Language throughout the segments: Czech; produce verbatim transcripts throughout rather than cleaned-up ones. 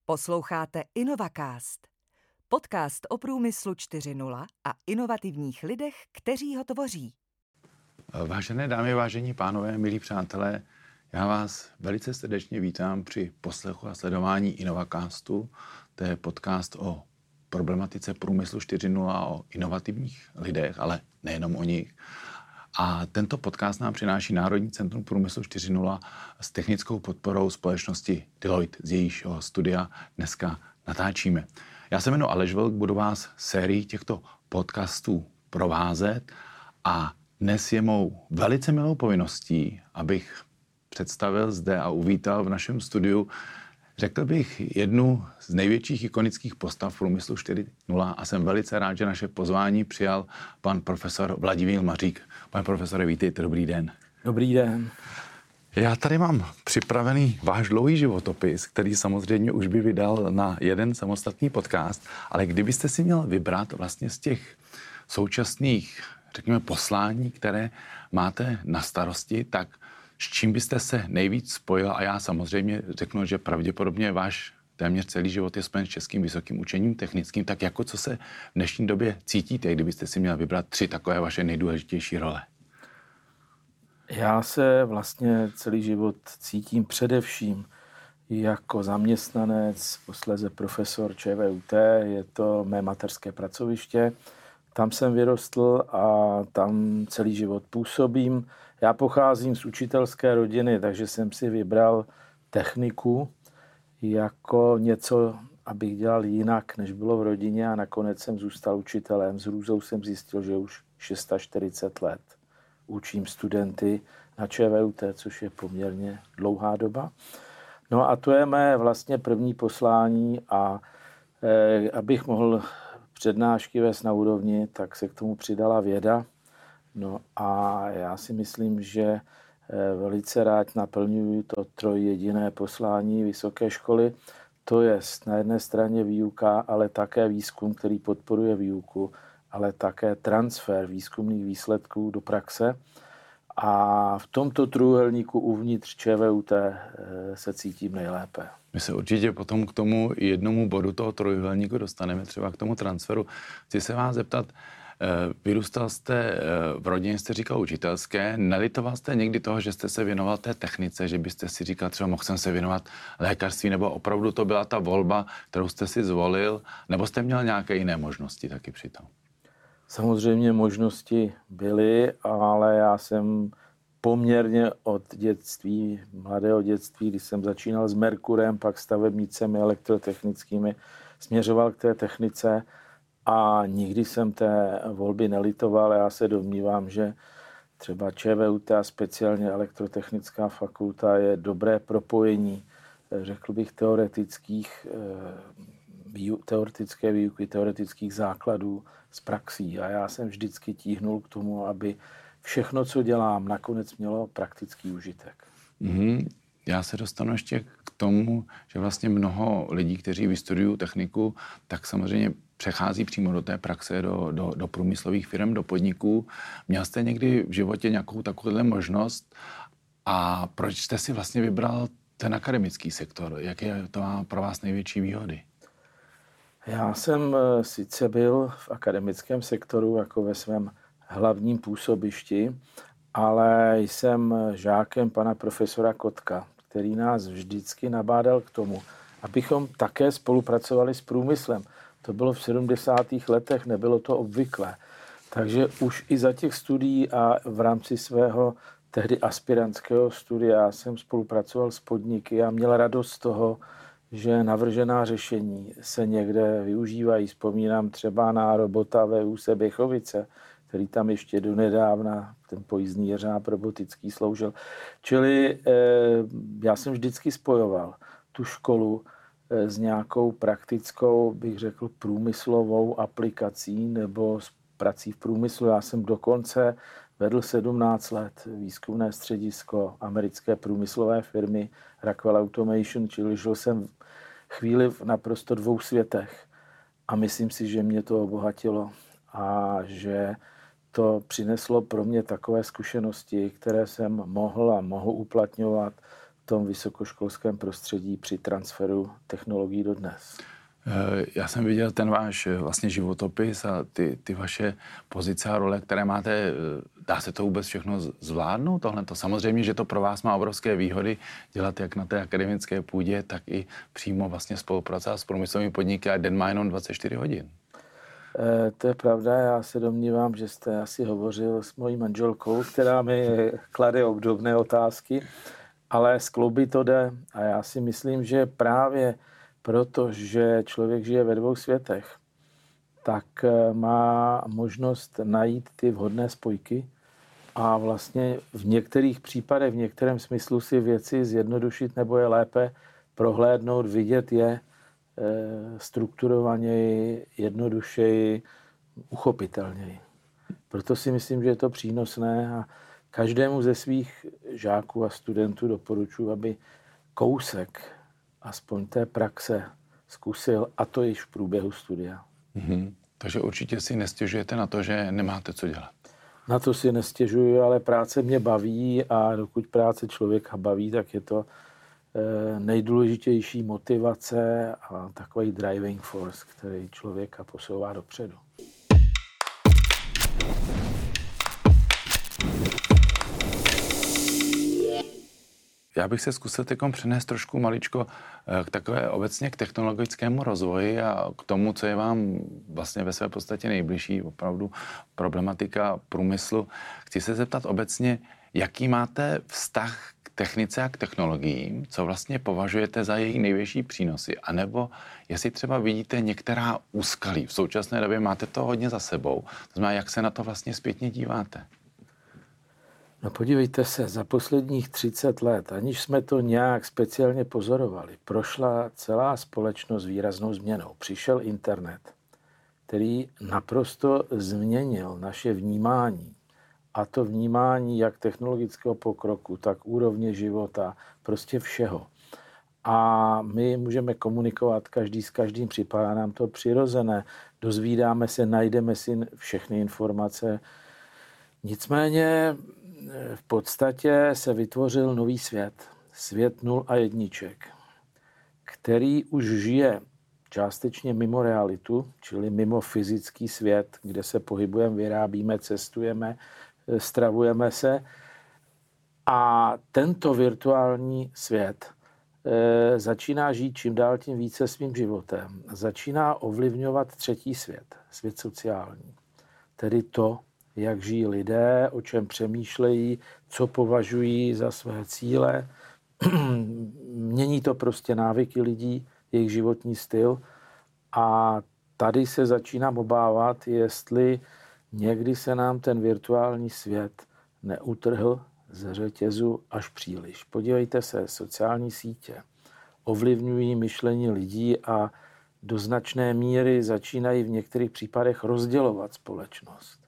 Posloucháte InnovaCast, podcast o průmyslu čtyři tečka nula a inovativních lidech, kteří ho tvoří. Vážené dámy, vážení pánové, milí přátelé, já vás velice srdečně vítám při poslechu a sledování InnovaCastu. To je podcast o problematice průmyslu čtyři tečka nula, o inovativních lidech, ale nejenom o nich. A tento podcast nám přináší Národní centrum průmyslu čtyři tečka nula s technickou podporou společnosti Deloitte, z jejího studia dneska natáčíme. Já se jmenuji Aleš Vlk, budu vás sérii těchto podcastů provázet a dnes je mou velice milou povinností, abych představil zde a uvítal v našem studiu, řekl bych, jednu z největších ikonických postav průmyslu čtyři tečka nula a jsem velice rád, že naše pozvání přijal pan profesor Vladimír Mařík. Pane profesore, vítejte, dobrý den. Dobrý den. Já tady mám připravený váš dlouhý životopis, který samozřejmě už by vydal na jeden samostatný podcast, ale kdybyste si měl vybrat vlastně z těch současných, řekněme, poslání, které máte na starosti, tak s čím byste se nejvíc spojil? A já samozřejmě řeknu, že pravděpodobně váš téměř celý život je spojen s českým vysokým učením technickým, tak jako co se v dnešní době cítíte, kdybyste si měl vybrat tři takové vaše nejdůležitější role? Já se vlastně celý život cítím především jako zaměstnanec, posléze profesor ČVUT, je to mé mateřské pracoviště. Tam jsem vyrostl a tam celý život působím. Já pocházím z učitelské rodiny, takže jsem si vybral techniku jako něco, abych dělal jinak, než bylo v rodině, a nakonec jsem zůstal učitelem. S hrůzou jsem zjistil, že už čtyřicet šest let učím studenty na ČVUT, což je poměrně dlouhá doba. No a to je mé vlastně první poslání a e, abych mohl přednášky vést na úrovni, tak se k tomu přidala věda. No a já si myslím, že velice rád naplňuji to trojjediné poslání vysoké školy. To je na jedné straně výuka, ale také výzkum, který podporuje výuku, ale také transfer výzkumných výsledků do praxe. A v tomto trůhelníku uvnitř ČVUT se cítím nejlépe. My se určitě potom k tomu jednomu bodu toho trojúhelníku dostaneme, třeba k tomu transferu. Chci se vás zeptat, vyrůstal jste v rodině, jste říkal učitelské, nelitoval jste někdy toho, že jste se věnoval té technice, že byste si říkal, třeba mohl jsem se věnovat lékařství, nebo opravdu to byla ta volba, kterou jste si zvolil, nebo jste měl nějaké jiné možnosti taky přitom? Samozřejmě možnosti byly, ale já jsem poměrně od dětství, mladého dětství, když jsem začínal s Merkurem, pak stavebnicemi elektrotechnickými, směřoval k té technice a nikdy jsem té volby nelitoval. Já se domnívám, že třeba ČVUT a speciálně elektrotechnická fakulta je dobré propojení, řekl bych, teoretických, teoretické výuky, teoretických základů z praxí. A já jsem vždycky tíhnul k tomu, aby všechno, co dělám, nakonec mělo praktický užitek. Mm-hmm. Já se dostanu ještě k tomu, že vlastně mnoho lidí, kteří vystudují techniku, tak samozřejmě přechází přímo do té praxe, do, do, do průmyslových firm, do podniků. Měl jste někdy v životě nějakou takovou možnost a proč jste si vlastně vybral ten akademický sektor? Jaké to má pro vás největší výhody? Já jsem sice byl v akademickém sektoru jako ve svém hlavním působišti, ale jsem žákem pana profesora Kotka, který nás vždycky nabádal k tomu, abychom také spolupracovali s průmyslem. To bylo v sedmdesátých letech, nebylo to obvyklé. Takže už i za těch studií a v rámci svého tehdy aspirantského studia jsem spolupracoval s podniky a měl radost z toho, že navržená řešení se někde využívají. Vzpomínám třeba na robota V U C Běchovice, který tam ještě donedávna, ten pojízdný jeřáb robotický, sloužil. Čili eh, já jsem vždycky spojoval tu školu eh, s nějakou praktickou, bych řekl, průmyslovou aplikací nebo s prací v průmyslu. Já jsem dokonce vedl sedmnáct let výzkumné středisko americké průmyslové firmy Rockwell Automation, čili žil jsem chvíli v naprosto dvou světech. A myslím si, že mě to obohatilo a že to přineslo pro mě takové zkušenosti, které jsem mohl a mohu uplatňovat v tom vysokoškolském prostředí při transferu technologií do dnes. Já jsem viděl ten váš vlastně životopis a ty, ty vaše pozice a role, které máte. Dá se to vůbec všechno zvládnout tohleto? Samozřejmě, že to pro vás má obrovské výhody dělat jak na té akademické půdě, tak i přímo vlastně spolupracovat s průmyslovými podniky a den má jenom dvacet čtyři hodin. E, to je pravda, já se domnívám, že jste asi hovořil s mojí manželkou, která mi klade obdobné otázky, ale skloubit to jde a já si myslím, že právě protože člověk žije ve dvou světech, tak má možnost najít ty vhodné spojky a vlastně v některých případech, v některém smyslu si věci zjednodušit nebo je lépe prohlédnout, vidět je strukturovaněji, jednodušeji, uchopitelněji. Proto si myslím, že je to přínosné a každému ze svých žáků a studentů doporučuji, aby kousek aspoň té praxe zkusil, a to již v průběhu studia. Mm-hmm. Takže určitě si nestěžujete na to, že nemáte co dělat. Na to si nestěžuji, ale práce mě baví a dokud práce člověka baví, tak je to eh, nejdůležitější motivace a takový driving force, který člověka posouvá dopředu. Já bych se zkusil teďkom přenést trošku maličko k takové obecně k technologickému rozvoji a k tomu, co je vám vlastně ve své podstatě nejbližší, opravdu problematika průmyslu. Chci se zeptat obecně, jaký máte vztah k technice a k technologiím, co vlastně považujete za jejich největší přínosy, anebo jestli třeba vidíte některá úskalí. V současné době máte to hodně za sebou. To znamená, jak se na to vlastně zpětně díváte? No podívejte se, za posledních třicet let, aniž jsme to nějak speciálně pozorovali, prošla celá společnost výraznou změnou. Přišel internet, který naprosto změnil naše vnímání. A to vnímání jak technologického pokroku, tak úrovně života, prostě všeho. A my můžeme komunikovat každý s každým, připadá nám to přirozené, dozvídáme se, najdeme si všechny informace. Nicméně v podstatě se vytvořil nový svět, svět nul a jedniček, který už žije částečně mimo realitu, čili mimo fyzický svět, kde se pohybujeme, vyrábíme, cestujeme, stravujeme se. A tento virtuální svět e, začíná žít čím dál tím více svým životem. Začíná ovlivňovat třetí svět, svět sociální. Tedy to, jak žijí lidé, o čem přemýšlejí, co považují za své cíle. Mění to prostě návyky lidí, jejich životní styl. A tady se začínám obávat, jestli někdy se nám ten virtuální svět neutrhl ze řetězu až příliš. Podívejte se, sociální sítě ovlivňují myšlení lidí a do značné míry začínají v některých případech rozdělovat společnost.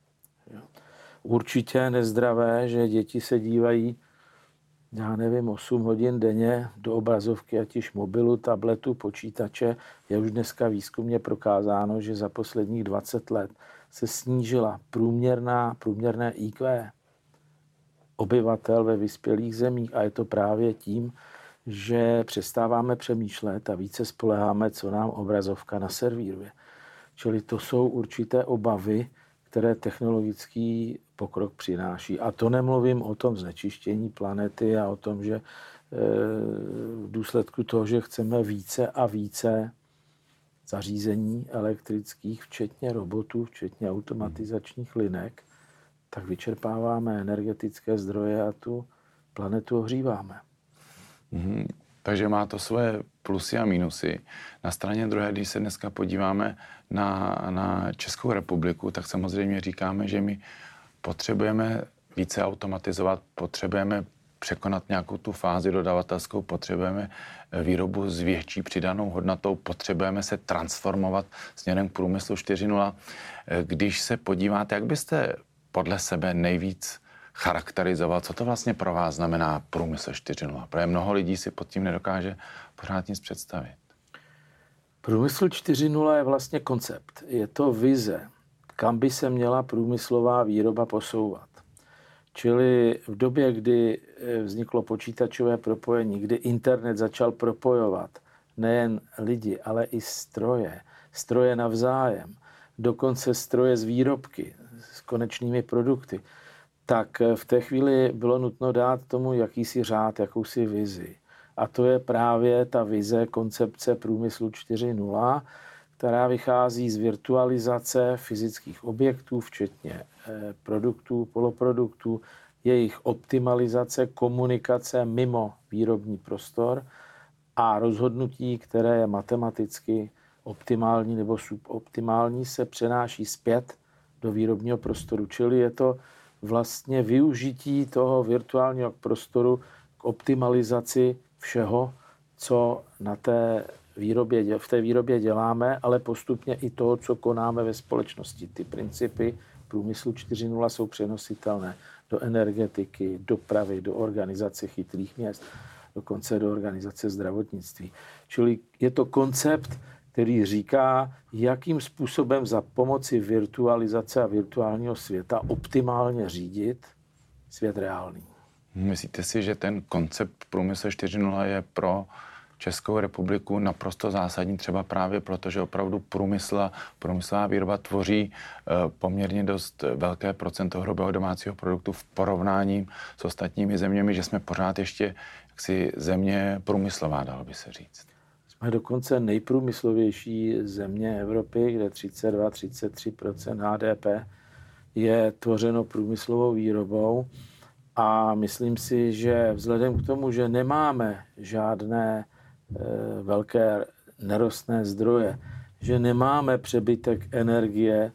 Určitě nezdravé, že děti se dívají, já nevím, osm hodin denně do obrazovky, ať již mobilu, tabletu, počítače. Je už dneska výzkumně prokázáno, že za posledních dvacet let se snížila průměrná, průměrné í kvé obyvatel ve vyspělých zemích a je to právě tím, že přestáváme přemýšlet a více spoléháme, co nám obrazovka naservíruje. Čili to jsou určité obavy, které technologický pokrok přináší. A to nemluvím o tom znečištění planety a o tom, že v důsledku toho, že chceme více a více zařízení elektrických, včetně robotů, včetně automatizačních linek, tak vyčerpáváme energetické zdroje a tu planetu ohříváme. Mm-hmm. Takže má to svoje plusy a minusy. Na straně druhé, když se dneska podíváme na, na Českou republiku, tak samozřejmě říkáme, že my potřebujeme více automatizovat, potřebujeme překonat nějakou tu fázi dodavatelskou, potřebujeme výrobu s větší přidanou hodnotou, potřebujeme se transformovat směrem k průmyslu čtyři tečka nula. Když se podíváte, jak byste podle sebe nejvíc charakterizoval, co to vlastně pro vás znamená průmysl čtyři tečka nula? Protože mnoho lidí si pod tím nedokáže pořád nic představit. Průmysl čtyři tečka nula je vlastně koncept. Je to vize, kam by se měla průmyslová výroba posouvat. Čili v době, kdy vzniklo počítačové propojení, kdy internet začal propojovat nejen lidi, ale i stroje, stroje navzájem, dokonce stroje z výrobky, s konečnými produkty, tak v té chvíli bylo nutno dát tomu jakýsi řád, jakousi vizi. A to je právě ta vize koncepce průmyslu čtyři tečka nula, která vychází z virtualizace fyzických objektů, včetně produktů, poloproduktů, jejich optimalizace, komunikace mimo výrobní prostor a rozhodnutí, které je matematicky optimální nebo suboptimální, se přenáší zpět do výrobního prostoru. Čili je to vlastně využití toho virtuálního prostoru k optimalizaci všeho, co na té výrobě, v té výrobě děláme, ale postupně i toho, co konáme ve společnosti. Ty principy průmyslu čtyři tečka nula jsou přenositelné do energetiky, dopravy, do organizace chytrých měst, dokonce do organizace zdravotnictví. Čili je to koncept, který říká, jakým způsobem za pomoci virtualizace a virtuálního světa optimálně řídit svět reálný. Myslíte si, že ten koncept průmysl čtyři tečka nula je pro Českou republiku naprosto zásadní, třeba právě proto, že opravdu průmysl, průmyslová výroba tvoří poměrně dost velké procento hrubého domácího produktu v porovnání s ostatními zeměmi, že jsme pořád ještě jaksi země průmyslová, dalo by se říct. Jsme dokonce nejprůmyslovější země Evropy, kde třicet dva až třicet tři procent H D P je tvořeno průmyslovou výrobou. A myslím si, že vzhledem k tomu, že nemáme žádné e, velké nerostné zdroje, že nemáme přebytek energie, e,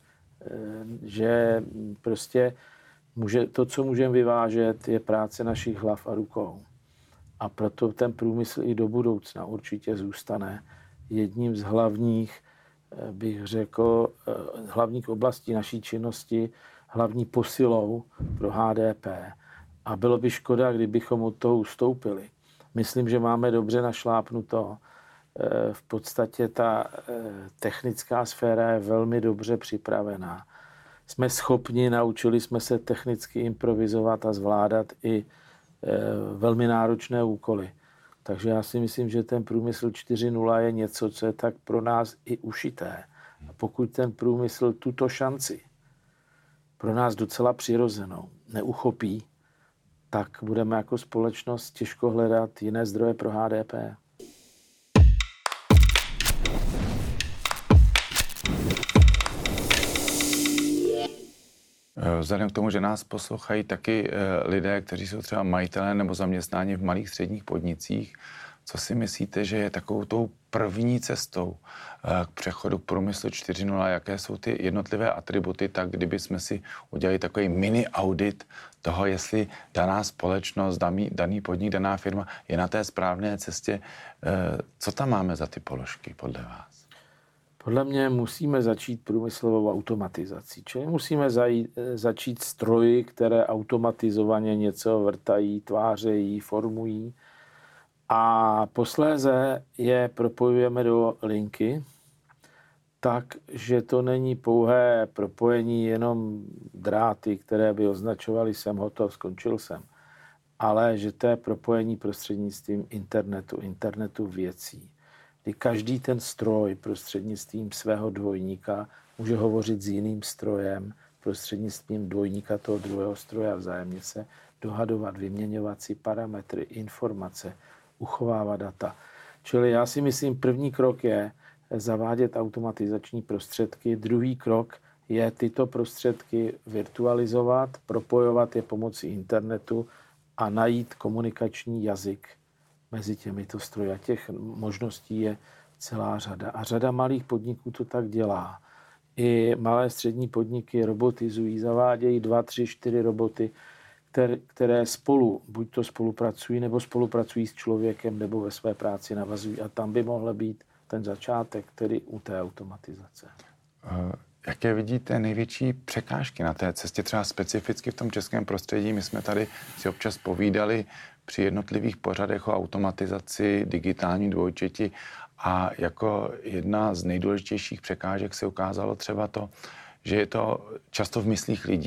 že prostě může, to, co můžeme vyvážet, je práce našich hlav a rukou. A proto ten průmysl i do budoucna určitě zůstane jedním z hlavních, bych řekl, hlavních oblastí naší činnosti, hlavní posilou pro H D P. A bylo by škoda, kdybychom od toho ustoupili. Myslím, že máme dobře našlápnuto. V podstatě ta technická sféra je velmi dobře připravená. Jsme schopni, naučili jsme se technicky improvizovat a zvládat i velmi náročné úkoly. Takže já si myslím, že ten průmysl čtyři tečka nula je něco, co je tak pro nás i ušité. A pokud ten průmysl tuto šanci pro nás docela přirozenou neuchopí, tak budeme jako společnost těžko hledat jiné zdroje pro H D P. Vzhledem k tomu, že nás poslouchají taky lidé, kteří jsou třeba majitelé nebo zaměstnáni v malých středních podnicích, co si myslíte, že je takovou tou první cestou k přechodu k průmyslu čtyři tečka nula? Jaké jsou ty jednotlivé atributy, tak kdyby jsme si udělali takový mini audit toho, jestli daná společnost, daný, daný podnik, daná firma je na té správné cestě. Co tam máme za ty položky podle vás? Podle mě musíme začít průmyslovou automatizací. Čili musíme zajít, začít stroji, které automatizovaně něco vrtají, tvářejí, formují. A posléze je propojujeme do linky, tak, že to není pouhé propojení jenom dráty, které by označovaly jsem hotov, skončil jsem, ale že to je propojení prostřednictvím internetu, internetu věcí. Kdy každý ten stroj prostřednictvím svého dvojníka může hovořit s jiným strojem, prostřednictvím dvojníka toho druhého stroje a vzájemně se dohadovat, vyměňovat si parametry, informace, uchovávat data. Čili já si myslím, první krok je zavádět automatizační prostředky, druhý krok je tyto prostředky virtualizovat, propojovat je pomocí internetu a najít komunikační jazyk mezi těmito stroji. A těch možností je celá řada. A řada malých podniků to tak dělá. I malé střední podniky robotizují, zavádějí dva, tři, čtyři roboty, které spolu, buď to spolupracují, nebo spolupracují s člověkem, nebo ve své práci navazují. A tam by mohl být ten začátek, tedy u té automatizace. Jaké vidíte největší překážky na té cestě, třeba specificky v tom českém prostředí? My jsme tady si občas povídali při jednotlivých pořadech o automatizaci, digitální dvojčeti a jako jedna z nejdůležitějších překážek se ukázalo třeba to, že je to často v myslích lidí.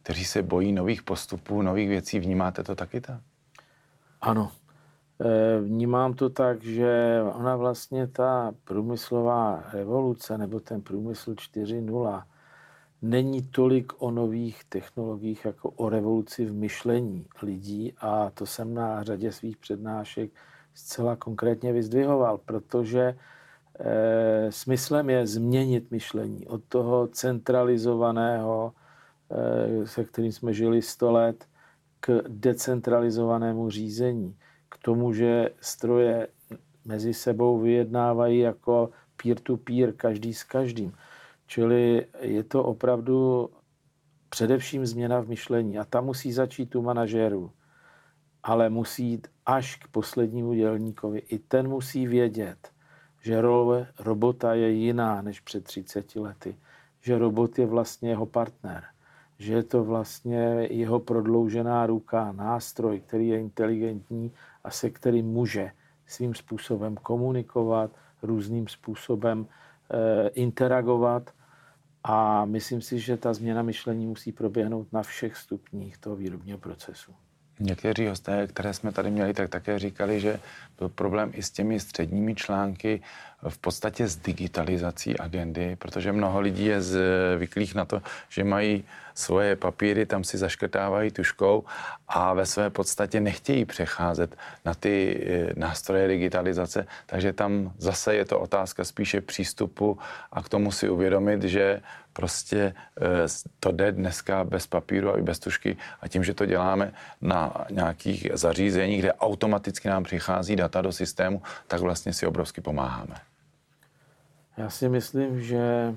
kteří se bojí nových postupů, nových věcí. Vnímáte to taky tak? Ano. Vnímám to tak, že ona vlastně ta průmyslová revoluce nebo ten průmysl čtyři tečka nula není tolik o nových technologiích, jako o revoluci v myšlení lidí, a to jsem na řadě svých přednášek zcela konkrétně vyzdvihoval, protože e, smyslem je změnit myšlení od toho centralizovaného, e, se kterým jsme žili sto let, k decentralizovanému řízení, k tomu, že stroje mezi sebou vyjednávají jako peer-to-peer, každý s každým. Čili je to opravdu především změna v myšlení. A ta musí začít u manažérů, ale musí jít až k poslednímu dělníkovi. I ten musí vědět, že role robota je jiná než před třiceti lety. Že robot je vlastně jeho partner. Že je to vlastně jeho prodloužená ruka, nástroj, který je inteligentní a se kterým může svým způsobem komunikovat, různým způsobem e, interagovat. A myslím si, že ta změna myšlení musí proběhnout na všech stupních toho výrobního procesu. Někteří hosté, které jsme tady měli, tak také říkali, že byl problém i s těmi středními články, v podstatě s digitalizací agendy, protože mnoho lidí je zvyklých na to, že mají svoje papíry, tam si zaškrtávají tužkou a ve své podstatě nechtějí přecházet na ty nástroje digitalizace, takže tam zase je to otázka spíše přístupu a k tomu si uvědomit, že prostě to jde dneska bez papíru a i bez tužky a tím, že to děláme na nějakých zařízeních, kde automaticky nám přichází data do systému, tak vlastně si obrovsky pomáháme. Já si myslím, že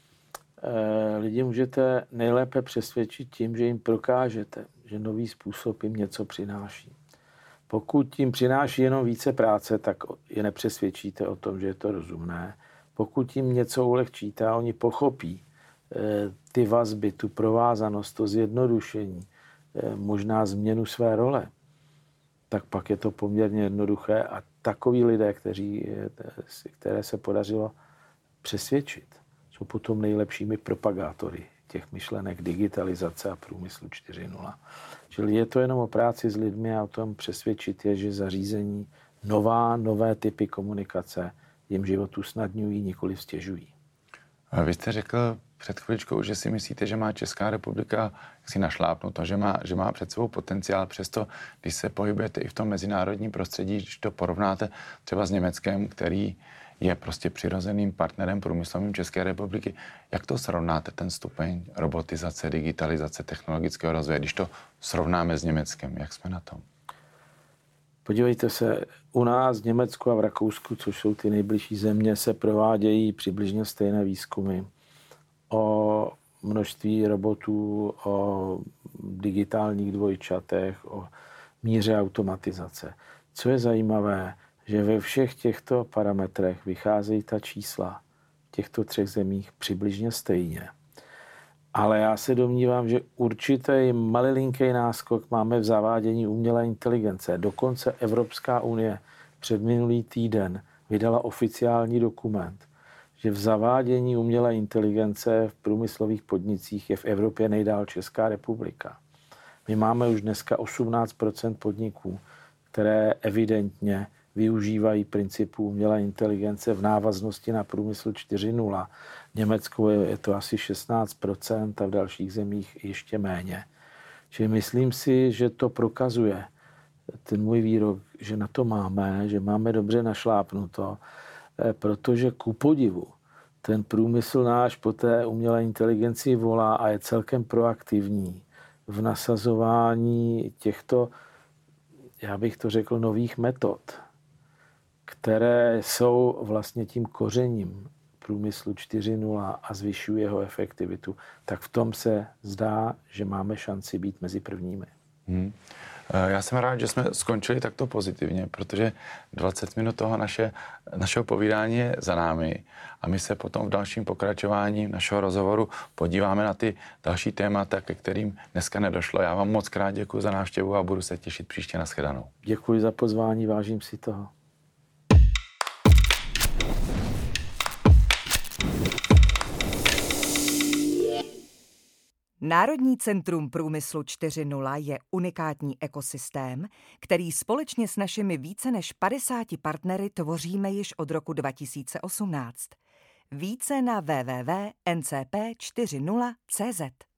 eh, lidi můžete nejlépe přesvědčit tím, že jim prokážete, že nový způsob jim něco přináší. Pokud tím přináší jenom více práce, tak je nepřesvědčíte o tom, že je to rozumné. Pokud jim něco ulehčíte a oni pochopí eh, ty vazby, tu provázanost, to zjednodušení, eh, možná změnu své role, tak pak je to poměrně jednoduché a takoví lidé, kteří, které se podařilo přesvědčit, jsou potom nejlepšími propagátory těch myšlenek digitalizace a průmyslu čtyři tečka nula. Čili je to jenom o práci s lidmi a o tom přesvědčit je, že zařízení nová, nové typy komunikace jim život usnadňují, nikoli stěžují. Vy jste řekl před chviličkou, že si myslíte, že má Česká republika si našlápnuto, že má, že má před sebou potenciál. Přesto, když se pohybujete i v tom mezinárodním prostředí, když to porovnáte třeba s Německem, který je prostě přirozeným partnerem průmyslovým České republiky, jak to srovnáte, ten stupeň robotizace, digitalizace, technologického rozvoje, když to srovnáme s Německem, jak jsme na tom? Podívejte se, u nás v Německu a v Rakousku, což jsou ty nejbližší země, se provádějí přibližně stejné výzkumy o množství robotů, o digitálních dvojčatech, o míře automatizace. Co je zajímavé, že ve všech těchto parametrech vycházejí ta čísla v těchto třech zemích přibližně stejně. Ale já se domnívám, že určitý malilinký náskok máme v zavádění umělé inteligence. Dokonce Evropská unie před minulý týden vydala oficiální dokument, že v zavádění umělé inteligence v průmyslových podnicích je v Evropě nejdál Česká republika. My máme už dneska osmnáct procent podniků, které evidentně využívají principů umělé inteligence v návaznosti na průmysl čtyři tečka nula. V Německu je to asi šestnáct procent a v dalších zemích ještě méně. Čili myslím si, že to prokazuje ten můj výrok, že na to máme, že máme dobře našlápnuto, protože ku podivu ten průmysl náš po té umělé inteligenci volá a je celkem proaktivní v nasazování těchto, já bych to řekl, nových metod, které jsou vlastně tím kořením průmyslu čtyři tečka nula a zvyšují jeho efektivitu, tak v tom se zdá, že máme šanci být mezi prvními. Hmm. Já jsem rád, že jsme skončili takto pozitivně, protože dvacet minut toho naše, našeho povídání je za námi a my se potom v dalším pokračování našeho rozhovoru podíváme na ty další témata, ke kterým dneska nedošlo. Já vám moc krát děkuji za návštěvu a budu se těšit příště na shledanou. Děkuji za pozvání, vážím si toho. Národní centrum průmyslu čtyři tečka nula je unikátní ekosystém, který společně s našimi více než padesáti partnery tvoříme již od roku dva tisíce osmnáct. Více na w w w tečka n c p čtyři tečka nula tečka c z.